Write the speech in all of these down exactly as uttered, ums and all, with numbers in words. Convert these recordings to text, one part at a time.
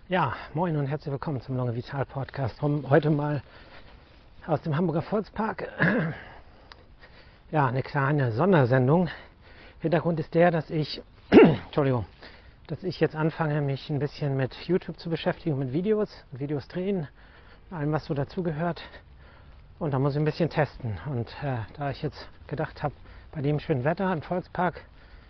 Ja, moin und herzlich willkommen zum Lange Vital Podcast. Heute mal aus dem Hamburger Volkspark. Ja, eine kleine Sondersendung. Hintergrund ist der, dass ich, Entschuldigung, dass ich jetzt anfange, mich ein bisschen mit YouTube zu beschäftigen, mit Videos, Videos drehen, allem, was so dazugehört. Und da muss ich ein bisschen testen. Und äh, da ich jetzt gedacht habe, bei dem schönen Wetter im Volkspark,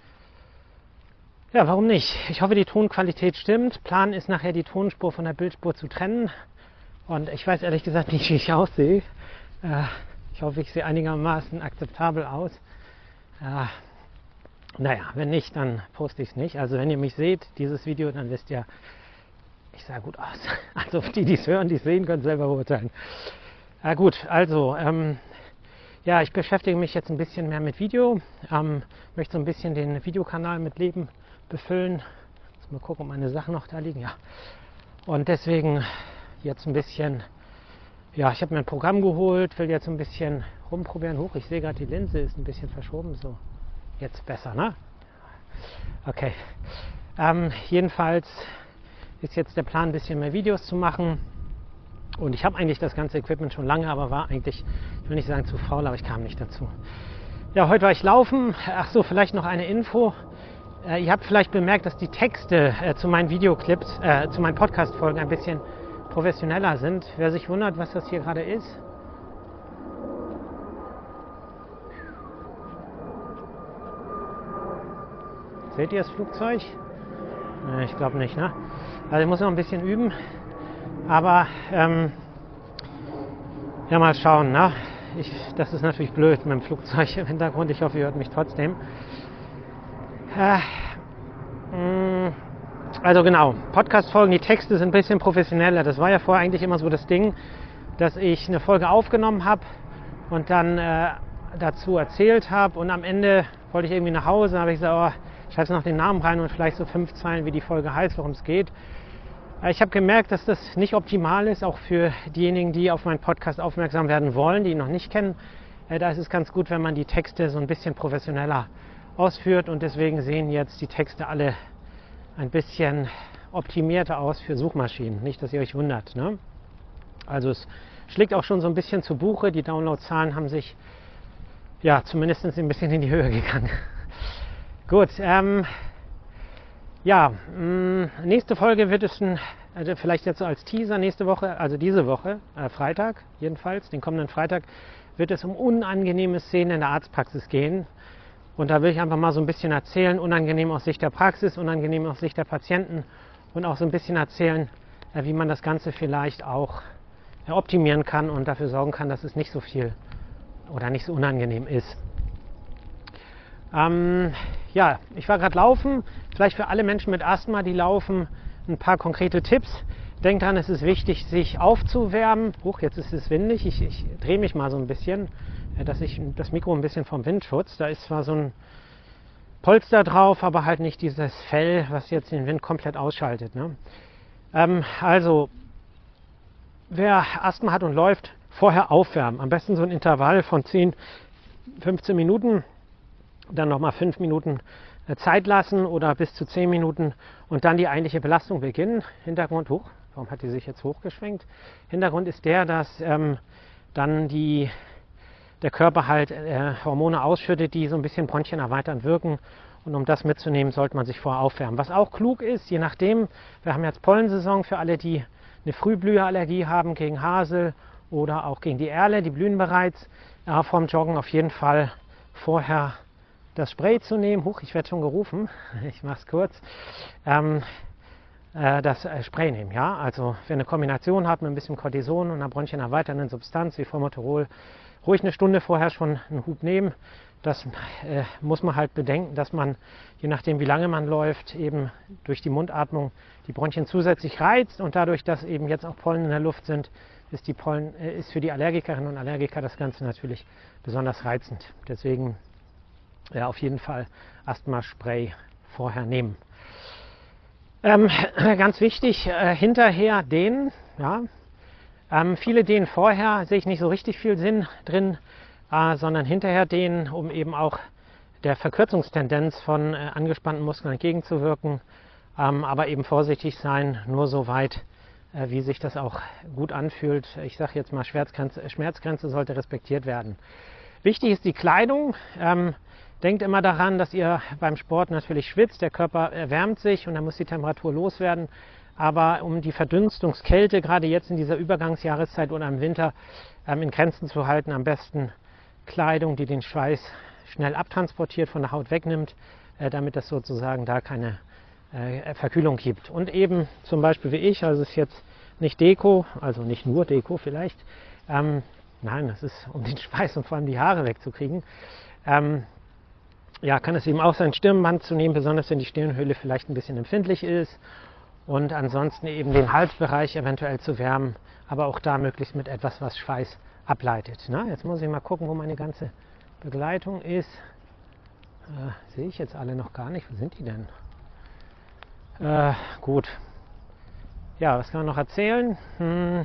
ja, warum nicht? Ich hoffe, die Tonqualität stimmt. Plan ist nachher, die Tonspur von der Bildspur zu trennen. Und ich weiß ehrlich gesagt nicht, wie ich aussehe. Äh, ich hoffe, ich sehe einigermaßen akzeptabel aus. Äh, naja, wenn nicht, dann poste ich es nicht. Also wenn ihr mich seht, dieses Video, dann wisst ihr, ich sah gut aus. Also die, die es hören, die es sehen, können selber beurteilen. Äh, gut, also, ähm, ja, ich beschäftige mich jetzt ein bisschen mehr mit Video. Ähm, möchte so ein bisschen den Videokanal mit Leben befüllen. Jetzt mal gucken, ob meine Sachen noch da liegen. Ja. Und deswegen jetzt ein bisschen, ja, ich habe mir ein Programm geholt, will jetzt ein bisschen rumprobieren. Hoch, ich sehe gerade, die Linse ist ein bisschen verschoben. So, jetzt besser, ne? Okay. Ähm, jedenfalls ist jetzt der Plan, ein bisschen mehr Videos zu machen. Und ich habe eigentlich das ganze Equipment schon lange, aber war eigentlich, ich will nicht sagen zu faul, aber ich kam nicht dazu. Ja, heute war ich laufen. Ach so, vielleicht noch eine Info. Äh, ihr habt vielleicht bemerkt, dass die Texte äh, zu meinen Videoclips, äh, zu meinen Podcast-Folgen ein bisschen professioneller sind. Wer sich wundert, was das hier gerade ist. Seht ihr das Flugzeug? Nee, ich glaube nicht, ne? Also ich muss noch ein bisschen üben. Aber, ähm, ja, mal schauen, ne? Ich, das ist natürlich blöd mit dem Flugzeug im Hintergrund. Ich hoffe, ihr hört mich trotzdem. Äh, mh, also genau, Podcast-Folgen, die Texte sind ein bisschen professioneller. Das war ja vorher eigentlich immer so das Ding, dass ich eine Folge aufgenommen habe und dann äh, dazu erzählt habe. Und am Ende wollte ich irgendwie nach Hause, dann habe ich gesagt, oh, schreibst noch den Namen rein und vielleicht so fünf Zeilen, wie die Folge heißt, worum es geht. Ich habe gemerkt, dass das nicht optimal ist, auch für diejenigen, die auf meinen Podcast aufmerksam werden wollen, die ihn noch nicht kennen. Da ist es ganz gut, wenn man die Texte so ein bisschen professioneller ausführt und deswegen sehen jetzt die Texte alle ein bisschen optimierter aus für Suchmaschinen. Nicht, dass ihr euch wundert, ne? Also es schlägt auch schon so ein bisschen zu Buche. Die Downloadzahlen haben sich ja zumindest ein bisschen in die Höhe gegangen. Gut, ähm, Ja, mh, nächste Folge wird es ein, also vielleicht jetzt so als Teaser, nächste Woche, also diese Woche, äh, Freitag jedenfalls, den kommenden Freitag, wird es um unangenehme Szenen in der Arztpraxis gehen. Und da will ich einfach mal so ein bisschen erzählen, unangenehm aus Sicht der Praxis, unangenehm aus Sicht der Patienten und auch so ein bisschen erzählen, äh, wie man das Ganze vielleicht auch äh, optimieren kann und dafür sorgen kann, dass es nicht so viel oder nicht so unangenehm ist. Ähm, ja, ich war gerade laufen, vielleicht für alle Menschen mit Asthma, die laufen, ein paar konkrete Tipps. Denkt dran, es ist wichtig, sich aufzuwärmen. Huch, jetzt ist es windig, ich, ich drehe mich mal so ein bisschen, dass ich das Mikro ein bisschen vom Wind schützt. Da ist zwar so ein Polster drauf, aber halt nicht dieses Fell, was jetzt den Wind komplett ausschaltet, ne? Ähm, also, wer Asthma hat und läuft, vorher aufwärmen. Am besten so ein Intervall von zehn, fünfzehn Minuten. Dann nochmal fünf Minuten Zeit lassen oder bis zu zehn Minuten und dann die eigentliche Belastung beginnen. Hintergrund hoch. Warum hat die sich jetzt hochgeschwenkt? Hintergrund ist der, dass ähm, dann die, der Körper halt äh, Hormone ausschüttet, die so ein bisschen Bronchien erweiternd wirken. Und um das mitzunehmen, sollte man sich vorher aufwärmen. Was auch klug ist, je nachdem, wir haben jetzt Pollensaison für alle, die eine Frühblüherallergie haben gegen Hasel oder auch gegen die Erle, die blühen bereits. Ja, vorm Joggen auf jeden Fall vorher das Spray zu nehmen, huch, ich werde schon gerufen, ich mache es kurz, ähm, äh, das äh, Spray nehmen, ja, also wer eine Kombination hat mit ein bisschen Cortison und einer bronchienerweiternden Substanz wie Formoterol, ruhig eine Stunde vorher schon einen Hub nehmen. Das äh, muss man halt bedenken, dass man, je nachdem wie lange man läuft, eben durch die Mundatmung die Bronchien zusätzlich reizt und dadurch, dass eben jetzt auch Pollen in der Luft sind, ist, die Pollen, äh, ist für die Allergikerinnen und Allergiker das Ganze natürlich besonders reizend. Deswegen ja, auf jeden Fall Asthma-Spray vorher nehmen. Ähm, ganz wichtig, äh, hinterher dehnen. Ja. Ähm, viele dehnen vorher, sehe ich nicht so richtig viel Sinn drin, äh, sondern hinterher dehnen, um eben auch der Verkürzungstendenz von äh, angespannten Muskeln entgegenzuwirken. ähm, aber eben vorsichtig sein, nur so weit, äh, wie sich das auch gut anfühlt. Ich sage jetzt mal, Schmerzgrenze, Schmerzgrenze sollte respektiert werden. Wichtig ist die Kleidung. Ähm, denkt immer daran, dass ihr beim Sport natürlich schwitzt, der Körper erwärmt sich und dann muss die Temperatur loswerden. Aber um die Verdunstungskälte, gerade jetzt in dieser Übergangsjahreszeit oder im Winter, ähm, in Grenzen zu halten, am besten Kleidung, die den Schweiß schnell abtransportiert, von der Haut wegnimmt, äh, damit es sozusagen da keine äh, Verkühlung gibt. Und eben zum Beispiel wie ich, also es ist jetzt nicht Deko, also nicht nur Deko vielleicht, ähm, nein, das ist um den Schweiß und vor allem die Haare wegzukriegen, ähm, ja, kann es eben auch sein, Stirnband zu nehmen, besonders wenn die Stirnhöhle vielleicht ein bisschen empfindlich ist. Und ansonsten eben den Halsbereich eventuell zu wärmen, aber auch da möglichst mit etwas, was Schweiß ableitet. Na, jetzt muss ich mal gucken, wo meine ganze Begleitung ist. Äh, sehe ich jetzt alle noch gar nicht. Wo sind die denn? Äh, gut. Ja, was kann man noch erzählen? Hm.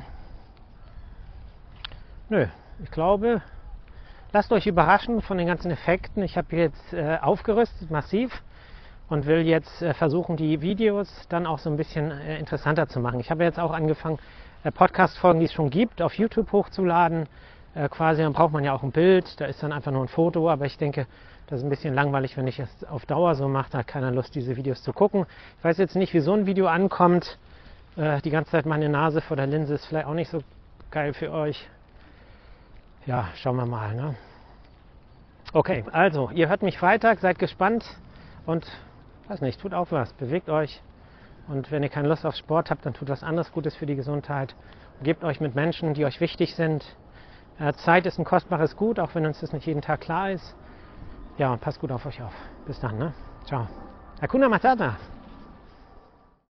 Nö, ich glaube, lasst euch überraschen von den ganzen Effekten. Ich habe jetzt äh, aufgerüstet, massiv. Und will jetzt äh, versuchen, die Videos dann auch so ein bisschen äh, interessanter zu machen. Ich habe jetzt auch angefangen, äh, Podcast-Folgen, die es schon gibt, auf YouTube hochzuladen. Äh, quasi, dann braucht man ja auch ein Bild, da ist dann einfach nur ein Foto, aber ich denke, das ist ein bisschen langweilig, wenn ich es auf Dauer so mache. Da hat keiner Lust, diese Videos zu gucken. Ich weiß jetzt nicht, wie so ein Video ankommt. Äh, die ganze Zeit meine Nase vor der Linse ist vielleicht auch nicht so geil für euch. Ja, schauen wir mal. Ne? Okay, also, ihr hört mich Freitag, seid gespannt und weiß nicht, tut auch was, bewegt euch und wenn ihr keine Lust auf Sport habt, dann tut was anderes Gutes für die Gesundheit. Gebt euch mit Menschen, die euch wichtig sind. Äh, Zeit ist ein kostbares Gut, auch wenn uns das nicht jeden Tag klar ist. Ja, und passt gut auf euch auf. Bis dann, ne? Ciao. Hakuna Matata.